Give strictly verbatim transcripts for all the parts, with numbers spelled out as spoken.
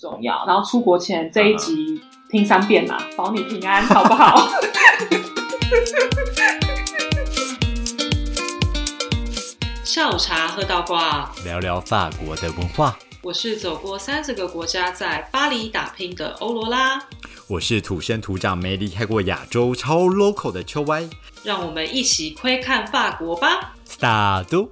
重要。然后出国前这一集听三遍啦，保你平安，好不好？下午茶喝到挂， 聊聊法国的文化。 我是走过三十个国家，在巴黎打拼的欧罗拉。 我是土生土长没离开过亚洲超 local 的秋歪。 让我们一起窥看法国吧。 Start。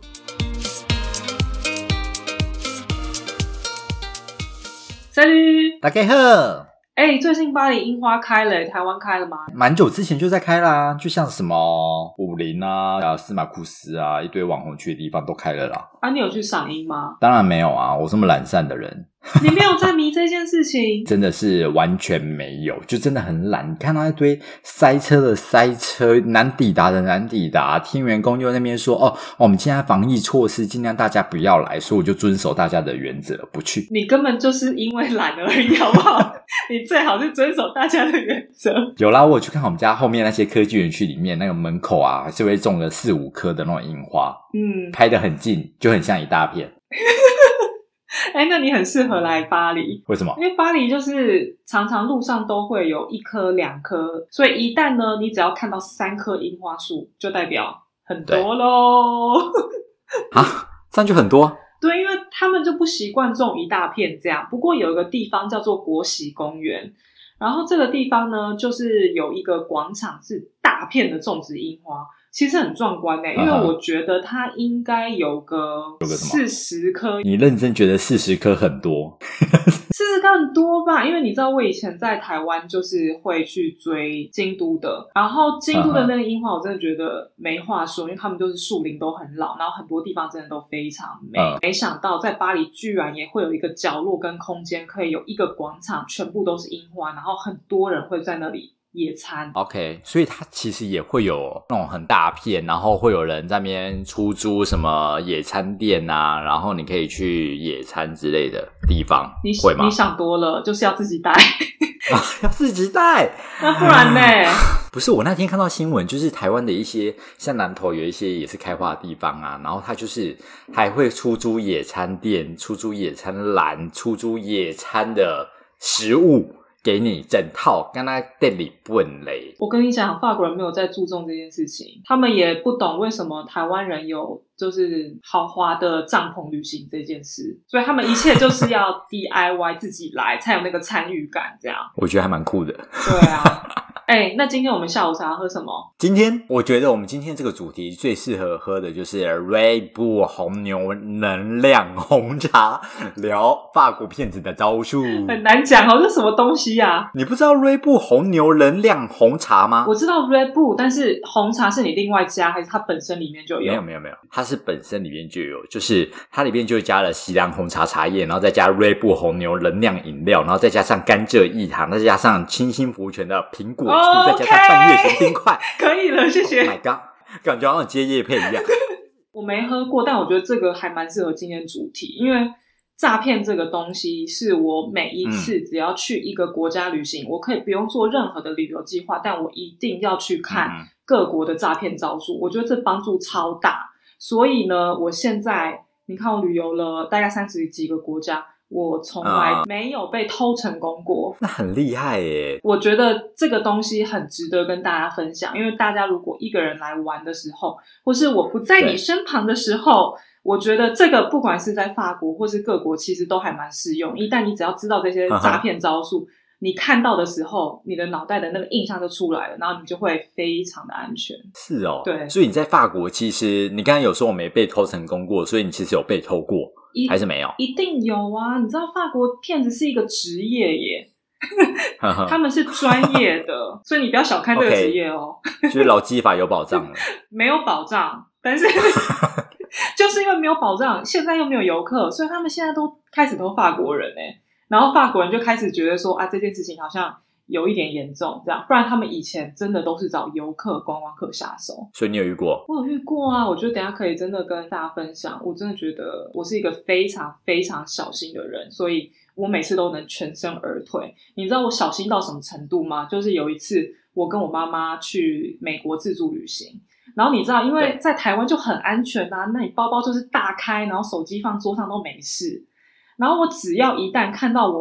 Salut， 大家好。 哎、欸，最近巴黎樱花开了，台湾开了吗？ 蛮久之前就在开啦，就像什么武林啊、司马库斯啊，一堆网红去的地方都开了啦。 啊，你有去赏樱吗？ 当然没有啊，我这么懒散的人。 你没有在迷这件事情？ 真的是完全没有，就真的很懒。你看到一堆塞车的塞车，难抵达的难抵达，天元宫就在那边说哦，我们现在防疫措施尽量大家不要来，所以我就遵守大家的原则不去。 你根本就是因为懒而已，好不好？你最好是遵守大家的原则。 有啦，我有去看我们家后面那些科技园区里面那个门口啊，还是会种了四五棵的那种樱花，嗯，拍得很近，就很像一大片。 哎、欸，那你很适合来巴黎。 为什么？ 因为巴黎就是常常路上都会有一棵两棵，所以一旦呢你只要看到三棵樱花树，就代表很多咯。 啊，这样就很多？ 对，因为他们就不习惯种一大片这样。不过有一个地方叫做国玺公园，然后这个地方呢就是有一个广场是大片的种植樱花，其实很壮观欸，因为我觉得它应该有个四十棵。 你认真觉得四十棵很多？ 四十棵很多吧，因为你知道我以前在台湾就是会去追京都的，然后京都的那个樱花我真的觉得没话说，因为他们就是树林都很老，然后很多地方真的都非常美。嗯、没想到在巴黎居然也会有一个角落跟空间可以有一个广场全部都是樱花，然后很多人会在那里野餐。 OK， 所以它其实也会有那种很大片，然后会有人在那边出租什么野餐店啊，然后你可以去野餐之类的地方。 你会吗？ 你想多了，就是要自己带。 啊，要自己带？ 那不然呢？ 不是，我那天看到新闻，就是台湾的一些像南投有一些也是开花的地方啊，然后它就是还会出租野餐店，出租野餐篮，出租野餐的食物给你整套，跟他店里问嘞。 我跟你讲，法国人没有在注重这件事情，他们也不懂为什么台湾人有就是豪华的帐篷旅行这件事，所以他们一切就是要 D I Y 自己来，才有那个参与感这样。 我觉得还蛮酷的。 对啊。哎、欸，那今天我们下午茶喝什么？ 今天我觉得我们今天这个主题最适合喝的就是 Red Bull 红牛能量红茶，聊法国骗子的招数。 很难讲哦，这什么东西啊？ 你不知道 Red Bull 红牛能量红茶吗？ 我知道 Red Bull， 但是红茶是你另外加还是它本身里面就有？ 没有没有没有，它是本身里面就有，就是它里面就加了西兰红茶茶叶，然后再加 Red Bull 红牛能量饮料，然后再加上甘蔗液糖，再加上清新福泉的苹果醋， okay， 再加上半月形冰块。 可以了，谢谢。 Oh my god， 感觉好像接业配一样。 我没喝过，但我觉得这个还蛮适合今天主题，因为诈骗这个东西是我每一次只要去一个国家旅行、嗯、我可以不用做任何的旅游计划，但我一定要去看各国的诈骗招数、嗯、我觉得这帮助超大。所以呢，我现在你看我旅游了大概三十几个国家，我从来没有被偷成功过、嗯、 那很厉害耶。 我觉得这个东西很值得跟大家分享，因为大家如果一个人来玩的时候，或是我不在你身旁的时候，我觉得这个不管是在法国或是各国其实都还蛮适用。一旦你只要知道这些诈骗招数、uh-huh. 你看到的时候你的脑袋的那个印象就出来了，然后你就会非常的安全。 是哦， 对， 所以你在法国其实你刚才有说我没被偷成功过，所以你其实有被偷过还是没有？ 一定有啊，你知道法国骗子是一个职业耶。他们是专业的，所以你不要小看这个职业哦。 Okay, 就是劳基法有保障了。 没有保障，但是就是因为没有保障，现在又没有游客，所以他们现在都开始都法国人耶。然后法国人就开始觉得说啊，这件事情好像有一点严重这样，不然他们以前真的都是找游客观光客下手。 所以你有遇过？ 我有遇过啊，我觉得等一下可以真的跟大家分享。我真的觉得我是一个非常非常小心的人，所以我每次都能全身而退。你知道我小心到什么程度吗？就是有一次我跟我妈妈去美国自助旅行，然后你知道因为在台湾就很安全啊，那你包包就是大开，然后手机放桌上都没事，然后我只要一旦看到我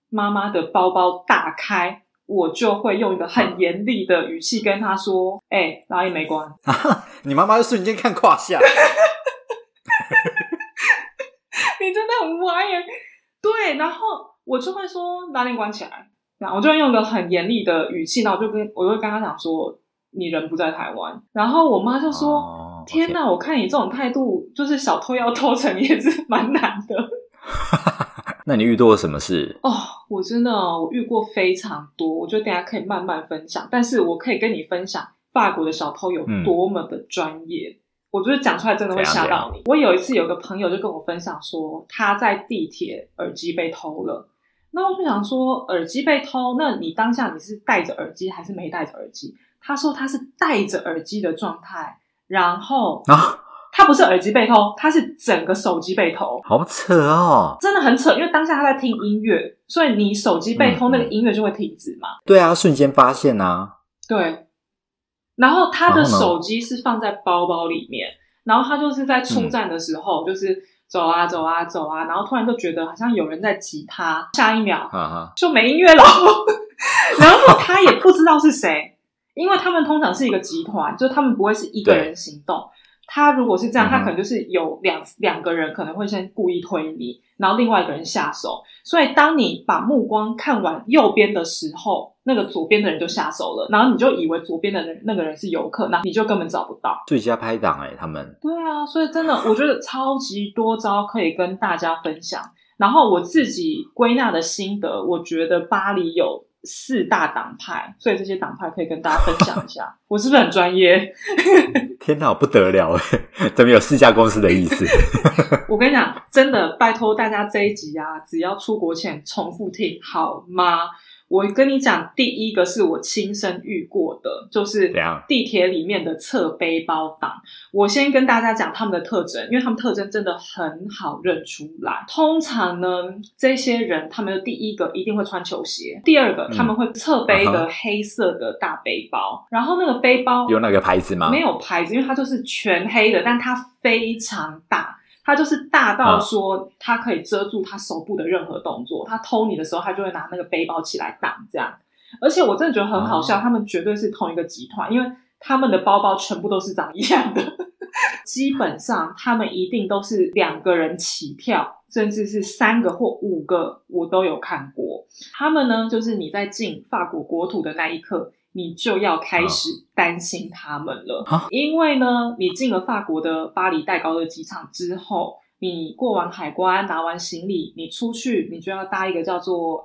妈妈的包包大开，我就会用一个很严厉的语气跟她说：“哎、欸，哪里没关？” 你妈妈就瞬间看胯下。 你真的很歪耶。对，然后我就会说哪里关起来，然后我就会用一个很严厉的语气，然后我就跟我就会跟她讲说你人不在台湾。然后我妈就说、哦、天哪，我看你这种态度，就是小偷要偷成也是蛮难的。 那你遇到了什么事？ 哦，我真的我遇过非常多，我觉得大家可以慢慢分享，但是我可以跟你分享法国的小偷有多么的专业、嗯、我觉得讲出来真的会吓到你。我有一次有个朋友就跟我分享说他在地铁耳机被偷了，那我就想说耳机被偷，那你当下你是戴着耳机还是没戴着耳机？他说他是戴着耳机的状态，然后、啊他不是耳机被偷，他是整个手机被偷。 好扯哦， 真的很扯，因为当下他在听音乐，所以你手机被偷、嗯、那个音乐就会停止嘛。 对啊，瞬间发现啊。 对，然后他的手机是放在包包里面，然后他就是在出站的时候、嗯、就是走啊走啊走啊，然后突然就觉得好像有人在挤他，下一秒就没音乐了。然后他也不知道是谁，因为他们通常是一个集团，就他们不会是一个人行动。他如果是这样，他可能就是有两两个人可能会先故意推你，然后另外一个人下手。所以当你把目光看完右边的时候，那个左边的人就下手了，然后你就以为左边的人那个人是游客，那你就根本找不到。 最佳拍档欸，他们。 对啊，所以真的我觉得超级多招可以跟大家分享。然后我自己归纳的心得，我觉得巴黎有四大党派，所以这些党派可以跟大家分享一下。我是不是很专业？ 天哪，不得了耶，怎么有四家公司的意思？ 我跟你讲，真的拜托大家这一集啊，只要出国前重复听好吗？我跟你讲，第一个是我亲身遇过的，就是地铁里面的侧背包党。我先跟大家讲他们的特征，因为他们特征真的很好认出来。通常呢，这些人他们的第一个一定会穿球鞋，第二个、嗯、他们会侧背的黑色的大背包、嗯、然后那个背包有那个牌子吗？ 没有牌子，因为它就是全黑的，但它非常大，他就是大到说他可以遮住他手部的任何动作、嗯、他偷你的时候他就会拿那个背包起来挡这样。而且我真的觉得很好笑、嗯、他们绝对是同一个集团，因为他们的包包全部都是长一样的。基本上他们一定都是两个人起跳，甚至是三个或五个，我都有看过。他们呢，就是你在进法国国土的那一刻，你就要开始担心他们了、啊、因为呢你进了法国的巴黎戴高乐机场之后，你过完海关拿完行李，你出去你就要搭一个叫做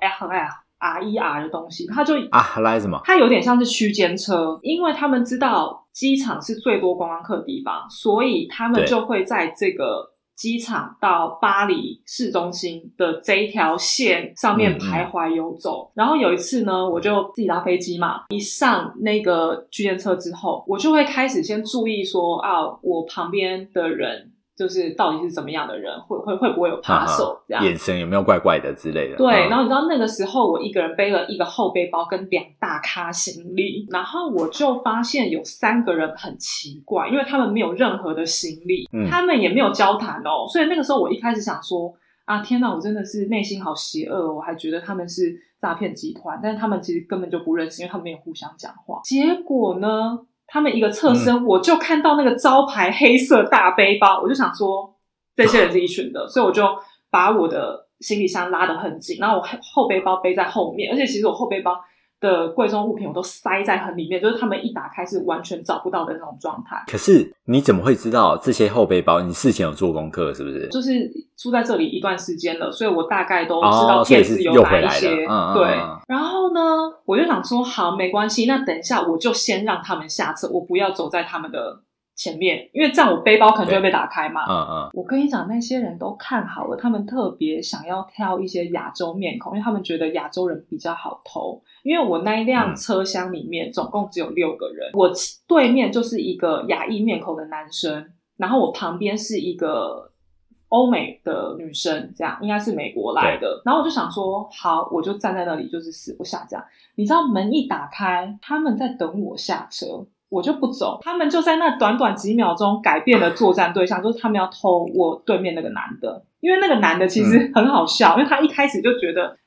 R E R 的东西，它就啊来什么？ 它有点像是区间车，因为他们知道机场是最多观光客的地方，所以他们就会在这个机场到巴黎市中心的这一条线上面徘徊游走、嗯嗯、然后有一次呢，我就自己搭飞机嘛，一上那个区间车之后，我就会开始先注意说啊，我旁边的人就是到底是怎么样的人，会会会不会有扒手这样， 眼神有没有怪怪的之类的。 对、嗯、然后你知道那个时候我一个人背了一个后背包跟两大咖行李，然后我就发现有三个人很奇怪，因为他们没有任何的行李、嗯、他们也没有交谈哦，所以那个时候我一开始想说啊，天哪，我真的是内心好邪恶，我还觉得他们是诈骗集团，但是他们其实根本就不认识，因为他们没有互相讲话。结果呢他们一个侧身、嗯、我就看到那个招牌黑色大背包，我就想说这些人是一群的所以我就把我的行李箱拉得很紧，然后我后背包背在后面，而且其实我后背包的贵重物品我都塞在很里面，就是他们一打开是完全找不到的那种状态。 可是你怎么会知道这些后背包？你事前有做功课是不是？ 就是住在这里一段时间了，所以我大概都知道片子有哪一些、哦、对、嗯嗯、然后呢我就想说好没关系，那等一下我就先让他们下车，我不要走在他们的前面，因为这样我背包可能就会被打开嘛。嗯嗯。我跟你讲，那些人都看好了，他们特别想要挑一些亚洲面孔，因为他们觉得亚洲人比较好偷。因为我那一辆车厢里面总共只有六个人，我对面就是一个亚裔面孔的男生，然后我旁边是一个欧美的女生，这样应该是美国来的。然后我就想说好，我就站在那里就是死不下这样。你知道门一打开，他们在等我下车，我就不走，他们就在那短短几秒钟改变了作战对象，就是他们要偷我对面那个男的。因为那个男的其实很好笑、嗯、因为他一开始就觉得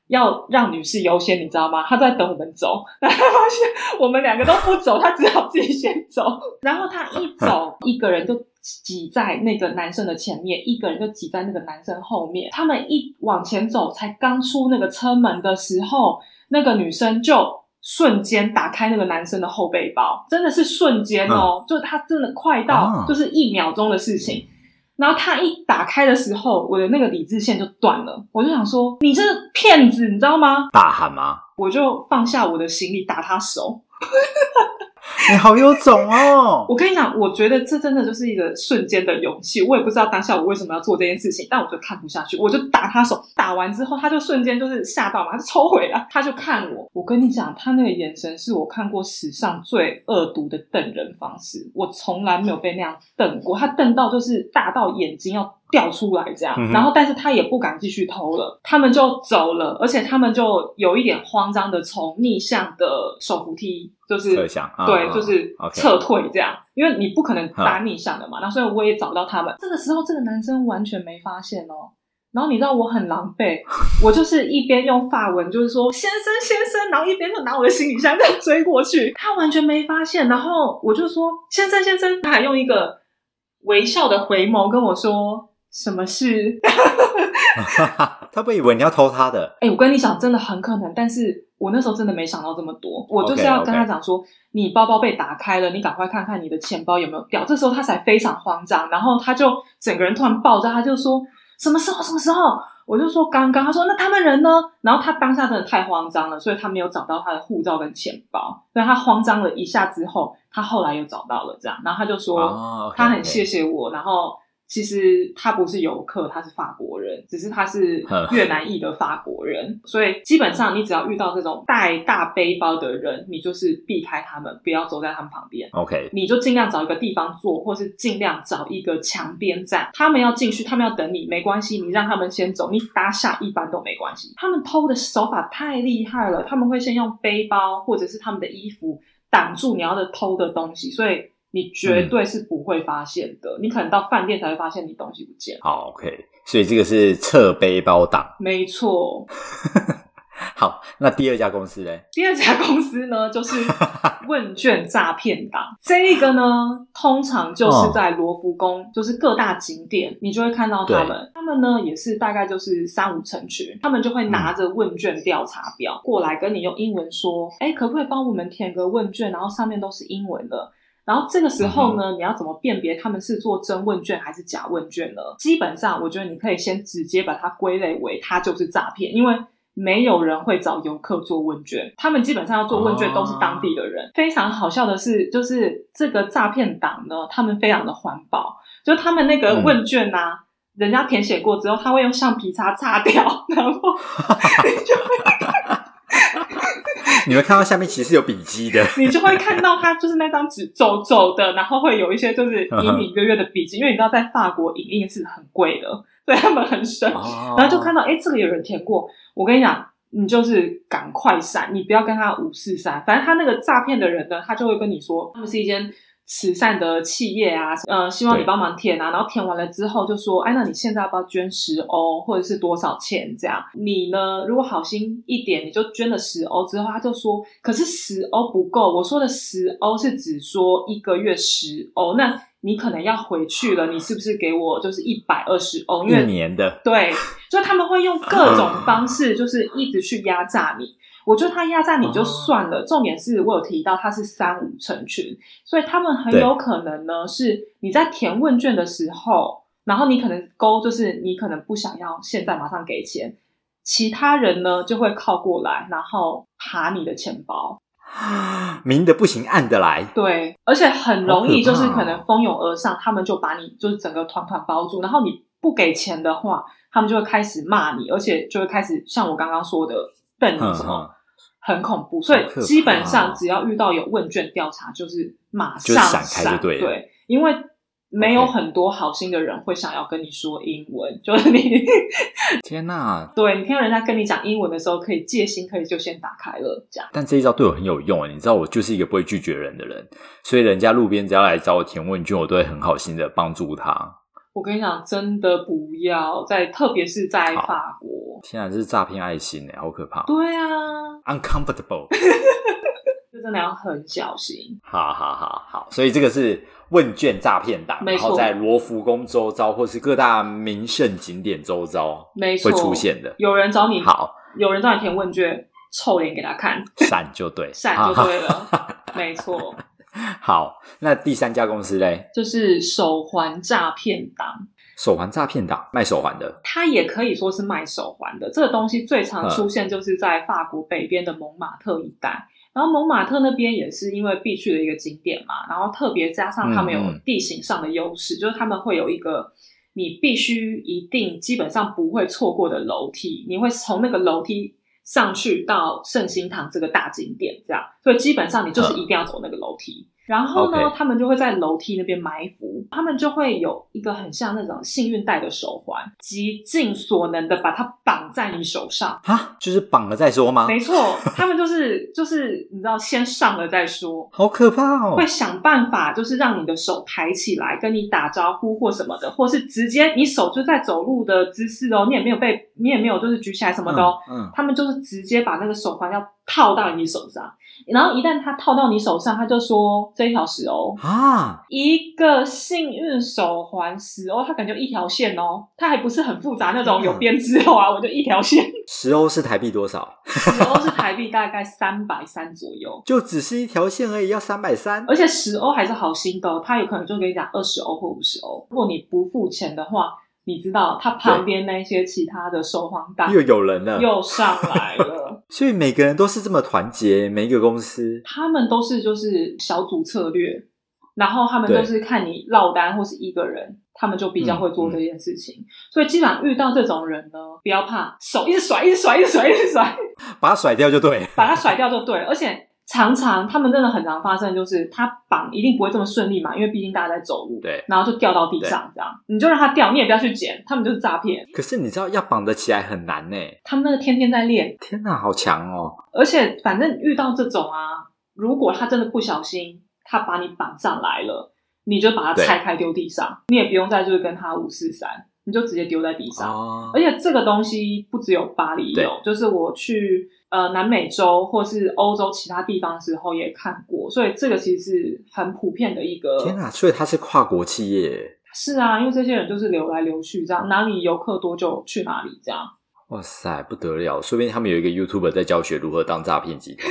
要让女士优先，你知道吗？他在等我们走，然后他发现我们两个都不走，他只好自己先走。然后他一走，一个人就挤在那个男生的前面，一个人就挤在那个男生后面。他们一往前走，才刚出那个车门的时候，那个女生就瞬间打开那个男生的后背包，真的是瞬间哦，嗯、就是他真的快到、啊、就是一秒钟的事情。然后他一打开的时候，我的那个理智线就断了，我就想说你这骗子，你知道吗？ 大喊吗？ 我就放下我的行李打他手。 你好有种哦！ 我跟你讲，我觉得这真的就是一个瞬间的勇气。我也不知道当下我为什么要做这件事情，但我就看不下去，我就打他手。打完之后，他就瞬间就是吓到嘛，他就抽回来，他就看我。我跟你讲，他那个眼神是我看过史上最恶毒的瞪人方式，我从来没有被那样瞪过。他瞪到就是大到眼睛要掉出来这样、嗯、然后但是他也不敢继续偷了，他们就走了，而且他们就有一点慌张的从逆向的手扶梯就是侧向、啊、 对、啊、就是撤退这样、 okay. 因为你不可能搭逆向的嘛，然后所以我也找到他们。这个时候这个男生完全没发现哦，然后你知道我很狼狈，我就是一边用法文就是说先生先生，然后一边就拿我的行李箱这样追过去，他完全没发现，然后我就说先生先生，他还用一个微笑的回眸跟我说什么事他不以为你要偷他的？ 欸，我跟你讲真的很可能，但是我那时候真的没想到这么多，我就是要跟他讲说 okay, okay. 你包包被打开了，你赶快看看你的钱包有没有掉。这时候他才非常慌张，然后他就整个人突然爆炸，他就说什么时候什么时候，我就说刚刚，他说那他们人呢？然后他当下真的太慌张了，所以他没有找到他的护照跟钱包，所以他慌张了一下之后，他后来又找到了这样，然后他就说、oh, okay, 他很谢谢我，然后其实他不是游客，他是法国人，只是他是越南裔的法国人所以基本上你只要遇到这种带大背包的人，你就是避开他们，不要走在他们旁边 OK， 你就尽量找一个地方坐，或是尽量找一个墙边站，他们要进去，他们要等你没关系，你让他们先走，你搭下一班都没关系。他们偷的手法太厉害了，他们会先用背包或者是他们的衣服挡住你要的偷的东西，所以你绝对是不会发现的、嗯、你可能到饭店才会发现你东西不见了。 好 OK， 所以这个是侧背包党， 没错好，那第二家公司呢？ 第二家公司呢就是问卷诈骗党这个呢通常就是在罗浮宫、哦、就是各大景点你就会看到他们，他们呢也是大概就是三五成群，他们就会拿着问卷调查表、嗯、过来跟你用英文说诶可不可以帮我们填个问卷，然后上面都是英文的。然后这个时候呢、嗯、你要怎么辨别他们是做真问卷还是假问卷呢？基本上我觉得你可以先直接把它归类为它就是诈骗，因为没有人会找游客做问卷，他们基本上要做问卷都是当地的人、哦、非常好笑的是就是这个诈骗党呢他们非常的环保，就他们那个问卷啊、嗯、人家填写过之后他会用橡皮擦擦掉，然后你就会你会看到下面其实有笔记的你就会看到他就是那张纸皱皱的，然后会有一些就是隐隐约约的笔记因为你知道在法国影印是很贵的，所以他们很省、哦、然后就看到诶这个有人填过，我跟你讲你就是赶快闪，你不要跟他五四三，反正他那个诈骗的人呢他就会跟你说他们是一间慈善的企业啊，呃，希望你帮忙填啊，然后填完了之后就说，哎，那你现在要不要捐十欧，或者是多少钱这样？你呢，如果好心一点，你就捐了十欧之后，他就说，可是十欧不够，我说的十欧是指说一个月十欧，那你可能要回去了，你是不是给我就是一百二十欧？因为一年的， 对，就他们会用各种方式，就是一直去压榨你。我觉得他压榨你就算了、哦、重点是我有提到他是三五成群，所以他们很有可能呢是你在填问卷的时候，然后你可能勾就是你可能不想要现在马上给钱，其他人呢就会靠过来然后爬你的钱包， 明的不行暗的来， 对，而且很容易就是可能蜂拥而上，他们就把你就是整个团团包住，然后你不给钱的话他们就会开始骂你，而且就会开始像我刚刚说的瞪你什么、嗯嗯很恐怖，所以基本上只要遇到有问卷调查就是马上闪， 闪开就对了， 对，因为没有很多好心的人会想要跟你说英文、okay. 就是你天哪， 对，你听到人家跟你讲英文的时候可以戒心可以就先打开了这样。 但这一招对我很有用，你知道我就是一个不会拒绝人的人，所以人家路边只要来找我填问卷我都会很好心的帮助他。 我跟你讲，真的不要在，特别是在法国。 天啊，这是诈骗爱心耶，好可怕。 对啊 ，uncomfortable， 就真的要很小心。 好好好好，所以这个是问卷诈骗党，然后在罗浮宫周遭或是各大名胜景点周遭没错会出现的。 有人找你， 好， 有人找你填问卷，臭脸给他看， 闪就对， 闪就对了，没错。 好，那第三家公司嘞， 就是手环诈骗党。 手环诈骗党卖手环的， 它也可以说是卖手环的。这个东西最常出现就是在法国北边的蒙马特一带，然后蒙马特那边也是因为必去的一个景点嘛，然后特别加上他们有地形上的优势，嗯嗯就是他们会有一个你必须一定基本上不会错过的楼梯，你会从那个楼梯上去到圣心堂这个大景点，这样，所以基本上你就是一定要走那个楼梯。然后呢、okay. 他们就会在楼梯那边埋伏，他们就会有一个很像那种幸运带的手环，极尽所能的把它绑在你手上。 哈，就是绑了再说吗？ 没错，他们就是就是你知道先上了再说。 好可怕哦。 会想办法就是让你的手抬起来跟你打招呼或什么的，或是直接你手就在走路的姿势哦，你也没有被你也没有就是举起来什么的哦、嗯嗯、他们就是直接把那个手环要套到你手上，然后一旦他套到你手上，他就说这一条十欧啊， 一个幸运手环十欧，他感觉一条线哦，他还不是很复杂那种有编织哦啊，我就一条线。 十欧是台币多少？ 十欧是台币大概三百三左右， 就只是一条线而已，要三百三， 而且十欧还是好心的、哦，他有可能就跟你讲二十欧或五十欧，如果你不付钱的话。你知道他旁边那些其他的手环党又有人了， 又上来了。 所以每个人都是这么团结，每一个公司他们都是就是小组策略，然后他们都是看你落单或是一个人，他们就比较会做这件事情、嗯嗯、所以基本上遇到这种人呢，不要怕，手一直甩一直甩一直甩一直甩， 把他甩掉就对， 把他甩掉就对了。而且常常他们真的很常发生，就是他绑一定不会这么顺利嘛，因为毕竟大家在走路， 对， 然后就掉到地上这样，你就让他掉，你也不要去捡，他们就是诈骗。 可是你知道要绑得起来很难耶， 他们那个天天在练， 天哪，好强哦！ 而且反正遇到这种啊，如果他真的不小心，他把你绑上来了，你就把它拆开丢地上，你也不用再就是跟他五四三，你就直接丢在地上、哦、而且这个东西不只有巴黎有，就是我去呃南美洲或是欧洲其他地方的时候也看过，所以这个其实是很普遍的一个。 天哪，所以它是跨国企业。 是啊，因为这些人就是流来流去这样，哪里游客多就去哪里这样。 哇塞，不得了，说不定他们有一个 YouTuber 在教学如何当诈骗集团。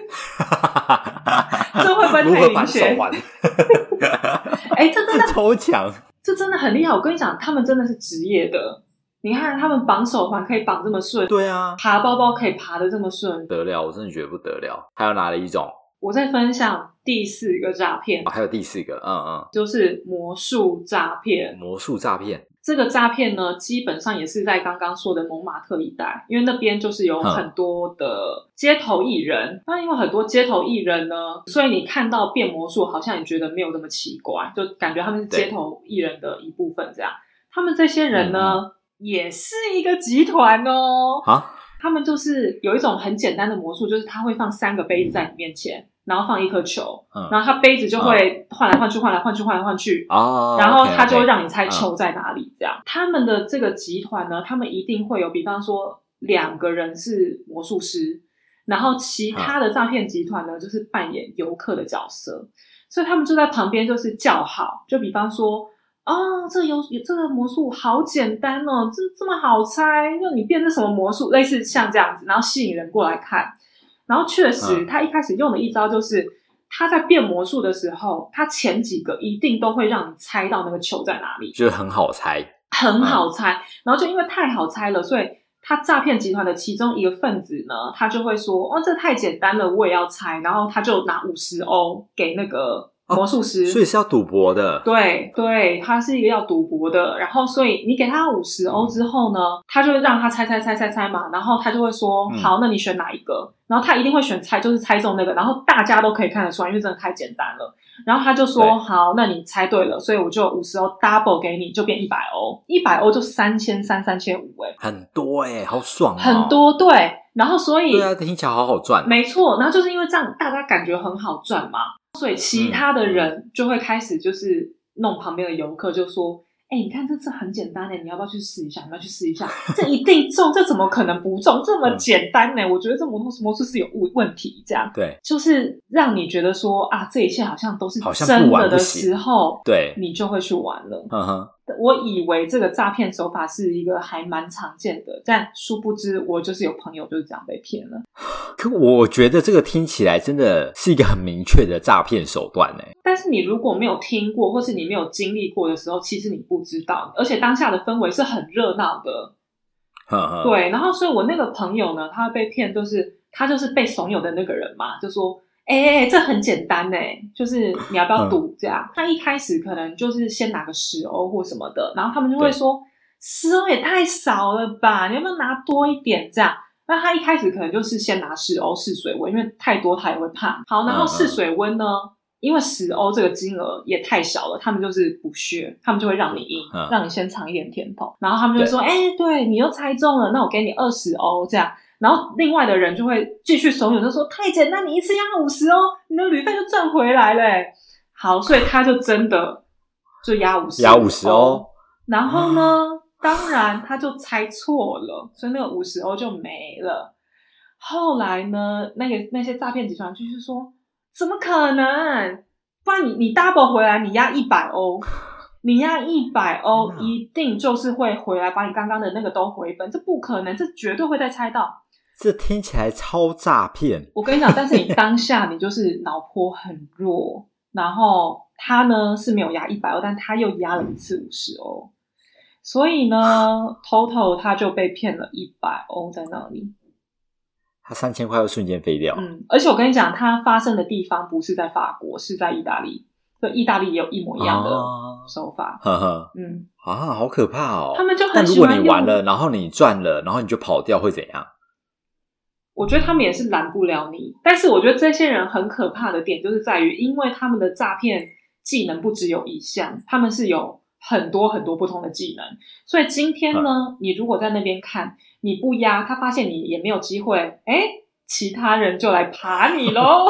这会不会太明显？哎、欸，这真的超强， 这真的很厉害。我跟你讲，他们真的是职业的。你看他们绑手环可以绑这么顺， 对啊， 爬包包可以爬得这么顺， 得了，我真的觉得不得了。还有哪里一种？ 我在分享第四个诈骗、 哦、还有第四个，嗯嗯， 就是魔术诈骗。 魔术诈骗这个诈骗呢，基本上也是在刚刚说的蒙马特一带，因为那边就是有很多的街头艺人。那因为很多街头艺人呢，所以你看到变魔术，好像也觉得没有那么奇怪，就感觉他们是街头艺人的一部分这样。他们这些人呢、嗯，也是一个集团哦。 啊， 他们就是有一种很简单的魔术，就是他会放三个杯子在你面前。然后放一颗球、嗯、然后他杯子就会换来换去换来换去换来换去、 哦、 然后他就会让你猜球在哪里这样、嗯、他们的这个集团呢，他们一定会有比方说两个人是魔术师，然后其他的诈骗集团呢、嗯、就是扮演游客的角色，所以他们就在旁边就是叫好，就比方说哦，这有这个魔术好简单哦，这这么好猜，就你变成什么魔术，类似像这样子，然后吸引人过来看。然后确实、嗯、他一开始用的一招就是他在变魔术的时候，他前几个一定都会让你猜到那个球在哪里， 就是很好猜很好猜、嗯、然后就因为太好猜了，所以他诈骗集团的其中一个分子呢，他就会说哦，这太简单了，我也要猜，然后他就拿五十欧给那个魔术师、哦、 所以是要赌博的。 对对，他是一个要赌博的，然后所以你给他五十欧之后呢，他就会让他猜猜猜猜猜嘛，然后他就会说、嗯、好，那你选哪一个，然后他一定会选猜，就是猜中那个，然后大家都可以看得出来，因为真的太简单了，然后他就说好，那你猜对了，所以我就五十欧 double 给你，就变一百欧，一百欧就三千三三千五，哎， 很多哎、欸，好爽哦， 很多，对，然后所以对啊，听起来好好赚， 没错，然后就是因为这样大家感觉很好赚嘛，所以其他的人就会开始就是弄旁边的游客，就说哎、欸，你看这这很简单欸，你要不要去试一下？你要不要去试一下？这一定中，这怎么可能不中？这么简单呢、欸？我觉得这魔魔术师有问题，这样对， 就是让你觉得说啊，这一切好像都是真的的时候， 对， 你就会去玩了。 嗯哼。 我以为这个诈骗手法是一个还蛮常见的，但殊不知我就是有朋友就是这样被骗了。 可我觉得这个听起来真的是一个很明确的诈骗手段耶。 但是你如果没有听过或是你没有经历过的时候，其实你不知道，而且当下的氛围是很热闹的。 呵呵， 对，然后所以我那个朋友呢，他被骗就是他就是被怂恿的那个人嘛，就说哎哎哎，这很简单欸，就是你要不要赌这样、嗯、他一开始可能就是先拿个十欧或什么的，然后他们就会说十欧也太少了吧，你要不要拿多一点这样。那他一开始可能就是先拿十欧试水温，因为太多他也会怕。好，然后试水温呢、嗯、因为十欧这个金额也太小了，他们就是不屑，他们就会让你赢、嗯、让你先尝一点甜头，然后他们就会说哎、欸，对，你又猜中了，那我给你二十欧这样。然后另外的人就会继续怂恿，就说太简单，你一次压五十哦，你的旅费就赚回来了耶。好，所以他就真的就压五十， 压五十哦。 然后呢、嗯，当然他就猜错了，所以那个五十欧就没了。后来呢，那个那些诈骗集团继续说，怎么可能？不然你你 double 回来，你压一百欧。你压一百欧，一定就是会回来把你刚刚的那个都回本，这不可能，这绝对会再猜到。 这听起来超诈骗。 我跟你讲，但是你当下你就是脑波很弱，然后他呢是没有压一百欧，但他又压了一次五十欧，所以呢 total 他就被骗了一百欧在那里。 他三千块又瞬间飞掉。 嗯，而且我跟你讲，它发生的地方不是在法国，是在意大利。对，意大利也有一模一样的手法。 呵呵， 嗯啊，好可怕哦！ 他们就很但如喜欢用， 果你玩了，然后你赚了，然后你就跑掉，会怎样？ 我觉得他们也是拦不了你，但是我觉得这些人很可怕的点就是在于，因为他们的诈骗技能不只有一项，他们是有很多很多不同的技能，所以今天呢、嗯、你如果在那边看，你不压，他发现你也没有机会，诶其他人就来爬你咯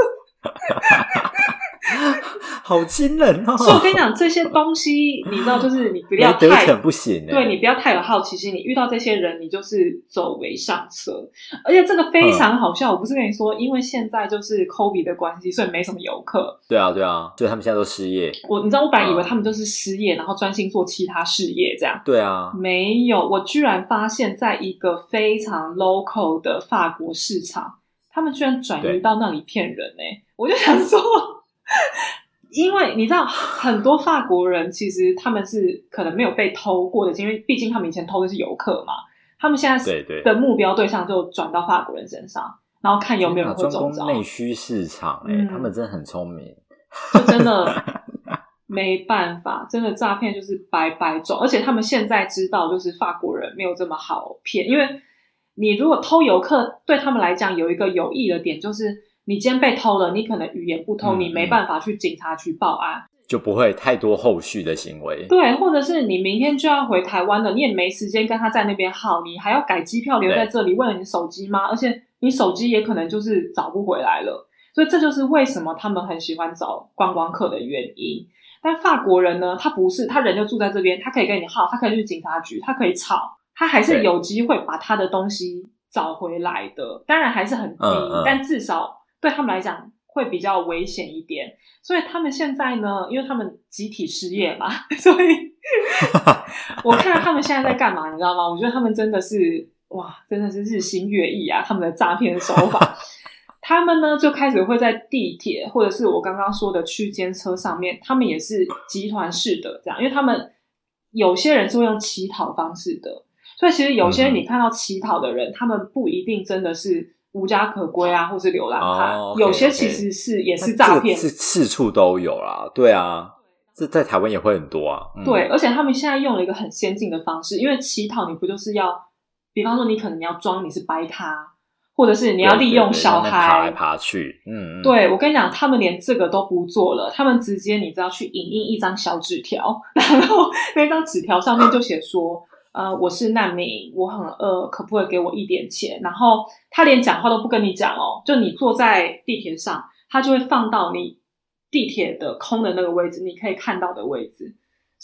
好惊人哦！ 所以我跟你讲，这些东西你知道，就是你不要太没得逞不行、欸、 对，你不要太有好奇心，你遇到这些人你就是走为上策。而且这个非常好笑、嗯、我不是跟你说因为现在就是 COVID 的关系，所以没什么游客。 对啊对啊，所以他们现在都失业。 我你知道我本来以为他们就是失业、嗯、然后专心做其他事业这样。 对啊， 没有，我居然发现在一个非常 local 的法国市场，他们居然转移到那里骗人欸。我就想说因为你知道很多法国人其实他们是可能没有被偷过的，因为毕竟他们以前偷的是游客嘛，他们现在的目标对象就转到法国人身上，然后看有没有人会中招。 专攻内需市场欸、嗯、他们真的很聪明， 就真的没办法，真的诈骗就是百百种。而且他们现在知道就是法国人没有这么好骗，因为你如果偷游客对他们来讲有一个有益的点，就是你今天被偷了，你可能语言不通、嗯、你没办法去警察局报案， 就不会太多后续的行为。 对，或者是你明天就要回台湾了，你也没时间跟他在那边耗，你还要改机票留在这里为了你手机吗？而且你手机也可能就是找不回来了，所以这就是为什么他们很喜欢找观光客的原因。但法国人呢，他不是，他人就住在这边，他可以跟你耗，他可以去警察局，他可以吵，他还是有机会把他的东西找回来的，当然还是很低、嗯嗯、但至少对他们来讲会比较危险一点。所以他们现在呢，因为他们集体失业嘛，所以我看他们现在在干嘛你知道吗？我觉得他们真的是哇，真的是日新月异啊，他们的诈骗手法他们呢就开始会在地铁或者是我刚刚说的区间车上面，他们也是集团式的这样，因为他们有些人是会用乞讨方式的，所以其实有些你看到乞讨的人、嗯、他们不一定真的是无家可归啊，或是流浪汉、哦 okay, 有些其实是 okay, 也是诈骗， 是四处都有啦。对啊，这在台湾也会很多啊、 嗯、对，而且他们现在用了一个很先进的方式，因为乞讨你不就是要比方说你可能你要装你是白咖，或者是你要利用小孩爬来爬去，嗯， 对，我跟你讲他们连这个都不做了，他们直接你知道去影印一张小纸条，然后那张纸条上面就写说呃，我是难民，我很饿，可不可以给我一点钱？然后他连讲话都不跟你讲哦，就你坐在地铁上，他就会放到你地铁的空的那个位置，你可以看到的位置。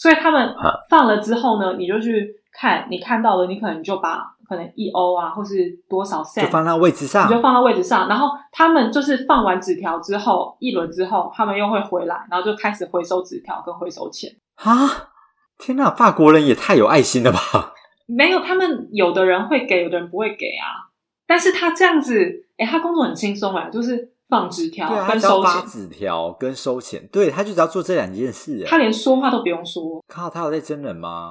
所以他们放了之后呢，你就去看，你看到了，你可能就把可能一欧啊，或是多少 cent 就放到位置上， 你就放到位置上，然后他们就是放完纸条之后，一轮之后，他们又会回来，然后就开始回收纸条跟回收钱。 啊！天哪，法国人也太有爱心了吧？ 没有，他们有的人会给，有的人不会给啊。但是他这样子，诶他工作很轻松啊，就是放纸条跟收钱， 对啊，他只要发纸条跟收钱，对，他就只要做这两件事。 他连说话都不用说。 靠，他有在真人吗？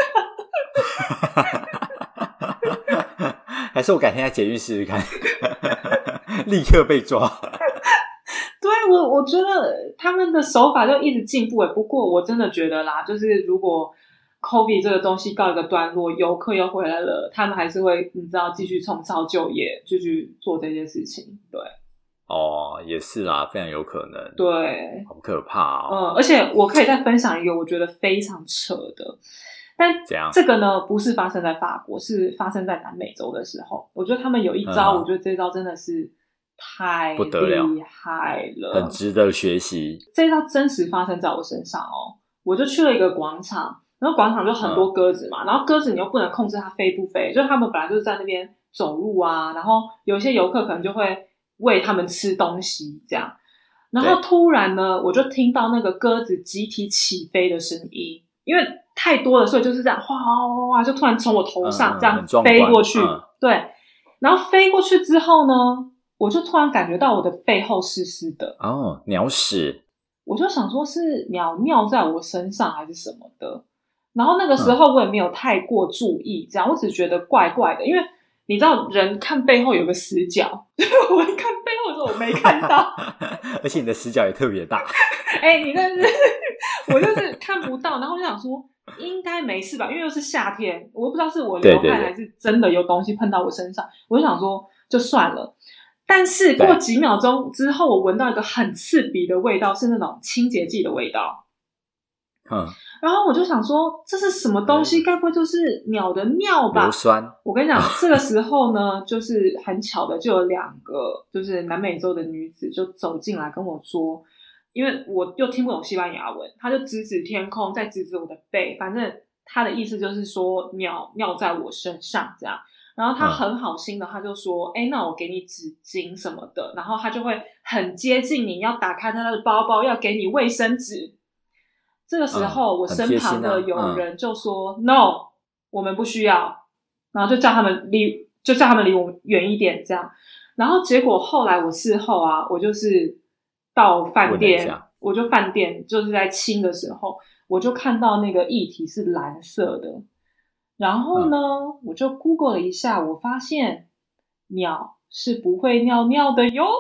还是我改天在捷运试试看，立刻被抓。 对，我我觉得他们的手法就一直进步诶。不过我真的觉得啦，就是如果 COVID 这个东西告一个段落，游客又回来了，他们还是会你知道继续重操旧业，继续做这件事情。对， 哦，也是啦，非常有可能。 对， 好可怕哦。 嗯，而且我可以再分享一个我觉得非常扯的，但这个呢不是发生在法国，是发生在南美洲的时候。我觉得他们有一招，嗯、我觉得这招真的是太厉害了， 很值得学习。 这一招真实发生在我身上哦，我就去了一个广场，然后广场就很多鸽子嘛，嗯、然后鸽子你又不能控制它飞不飞，就是他们本来就是在那边走路啊，然后有一些游客可能就会喂他们吃东西这样，然后突然呢，我就听到那个鸽子集体起飞的声音，因为太多了，所以就是这样哗哗哗哗，就突然从我头上这样飞过去，嗯、对，然后飞过去之后呢，我就突然感觉到我的背后湿湿的。 哦，鸟屎！ 我就想说是鸟尿在我身上还是什么的，然后那个时候我也没有太过注意，这样我只觉得怪怪的，因为你知道人看背后有个死角，我一看背后的时候我没看到， 而且你的死角也特别大。 哎、欸，你真的是，我就是看不到，然后就想说应该没事吧，因为又是夏天，我不知道是我流汗还是真的有东西碰到我身上，我就想说就算了。但是过几秒钟之后，我闻到一个很刺鼻的味道，是那种清洁剂的味道。 嗯， 然后我就想说这是什么东西，该不会就是鸟的尿吧？ 硫酸。 我跟你讲，这个时候呢，就是很巧的，就有两个就是南美洲的女子就走进来跟我说，因为我又听不懂西班牙文，她就指指天空，再指指我的背，反正她的意思就是说鸟尿在我身上这样。然后他很好心的，他就说：“哎、嗯，那我给你纸巾什么的。”然后他就会很接近你，要打开他的包包，要给你卫生纸。这个时候，嗯、我身旁的有人就说、嗯、：“No， 我们不需要。”然后就叫他们离，就叫他们离我远一点，这样。然后结果后来我事后啊，我就是到饭店，我就饭店就是在清的时候，我就看到那个液体是蓝色的。然后呢、嗯、我就 Google 了一下，我发现鸟是不会尿尿的哟。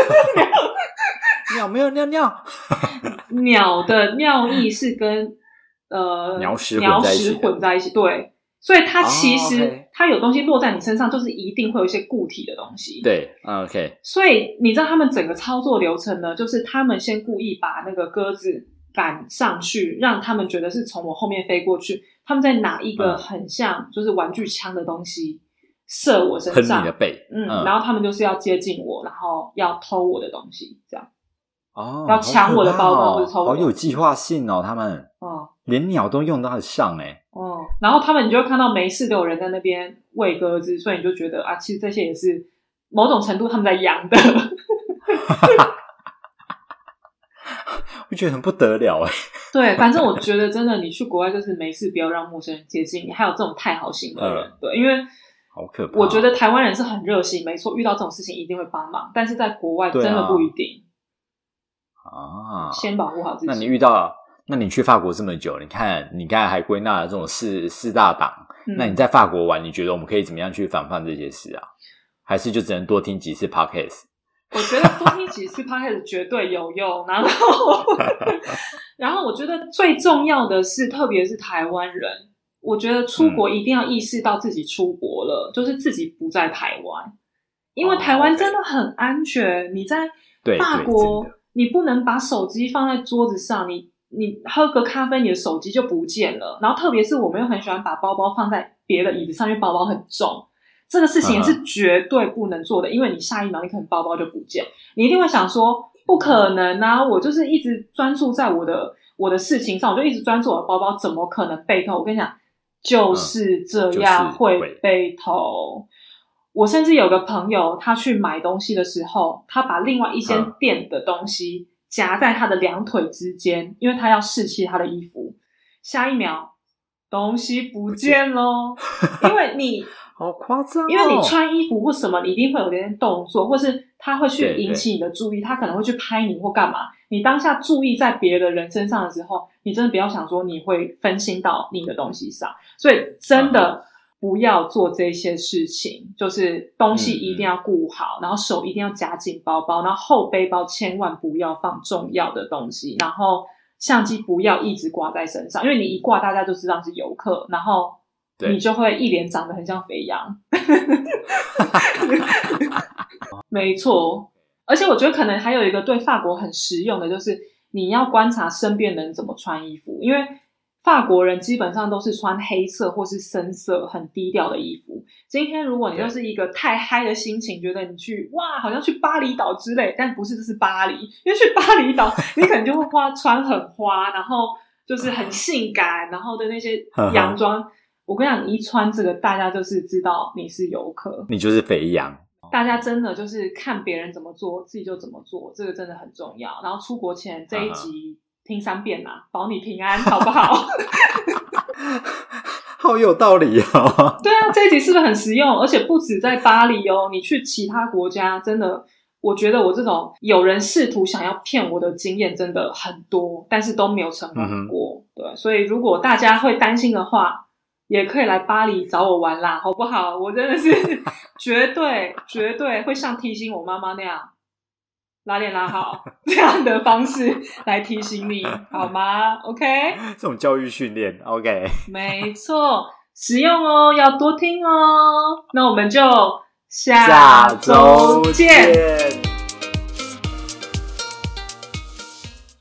鸟没有尿尿。 鸟的尿液是跟呃鸟屎鸟屎混在一起，对，所以它其实、oh, okay. 它有东西落在你身上，就是一定会有一些固体的东西。 对 ，OK。 所以你知道他们整个操作流程呢，就是他们先故意把那个鸽子赶上去，让他们觉得是从我后面飞过去，他们再拿一个很像就是玩具枪的东西射我身上， 喷你的背， 嗯，嗯，然后他们就是要接近我，然后要偷我的东西，这样， 哦， 要抢我的包包或者偷我的， 好有计划性哦，他们， 哦， 连鸟都用得上哎， 哦，然后他们你就会看到没事都有人在那边喂鸽子，所以你就觉得啊，其实这些也是某种程度他们在养的。 我觉得很不得了哎。 对，反正我觉得真的，你去国外就是没事不要让陌生人接近你，还有这种太好心的人，呃、对，因为好可怕。 我觉得台湾人是很热心，没错，遇到这种事情一定会帮忙，但是在国外真的不一定啊。 先保护好自己。 那你遇到，那你去法国这么久，你看你刚才还归纳了这种四四大党、嗯，那你在法国玩，你觉得我们可以怎么样去防范这些事啊？还是就只能多听几次 podcast？ 我觉得多听几次 podcast 绝对有用，然后然后我觉得最重要的是，特别是台湾人，我觉得出国一定要意识到自己出国了、嗯、就是自己不在台湾，因为台湾真的很安全、哦、你在法国你不能把手机放在桌子上，你你喝个咖啡你的手机就不见了，然后特别是我们又很喜欢把包包放在别的椅子上，因为包包很重，这个事情是绝对不能做的、嗯、因为你下一秒你可能包包就不见，你一定会想说不可能啊，我就是一直专注在我的我的事情上，我就一直专注我的包包，怎么可能被偷？我跟你讲，就是这样会被偷。嗯就是、我甚至有个朋友，他去买东西的时候，他把另外一间店的东西夹在他的两腿之间，嗯、因为他要试气他的衣服。下一秒，东西不见咯，因为你好夸张、哦， 因为你穿衣服或什么，你一定会有点动作，或是他会去引起你的注意，他可能会去拍你或干嘛。你当下注意在别的人身上的时候，你真的不要想说你会分心到你的东西上，所以真的不要做这些事情，就是东西一定要顾好，嗯嗯然后手一定要夹紧包包，然后后背包千万不要放重要的东西，然后相机不要一直挂在身上，因为你一挂大家就知道是游客，然后你就会一脸长得很像肥羊。没错，而且我觉得可能还有一个对法国很实用的，就是你要观察身边的人怎么穿衣服，因为法国人基本上都是穿黑色或是深色很低调的衣服。今天如果你就是一个太嗨的心情，觉得你去哇好像去巴厘岛之类，但不是，这是巴黎，因为去巴厘岛你可能就会花穿很花，然后就是很性感，然后的那些洋装我跟你讲，你一穿这个大家就是知道你是游客， 你就是肥羊。 大家真的就是看别人怎么做自己就怎么做，这个真的很重要。然后出国前这一集听三遍啦、啊、保你平安好不好？ 好有道理哦。 对啊，这一集是不是很实用？而且不止在巴黎哦，你去其他国家真的，我觉得我这种有人试图想要骗我的经验真的很多，但是都没有成功过、嗯、对，所以如果大家会担心的话，也可以来巴黎找我玩啦，好不好？我真的是绝对绝对会像提醒我妈妈那样拉链拉好这样的方式来提醒你好吗？ OK， 这种教育训练 OK， 没错，实用哦，要多听哦。那我们就下下周见。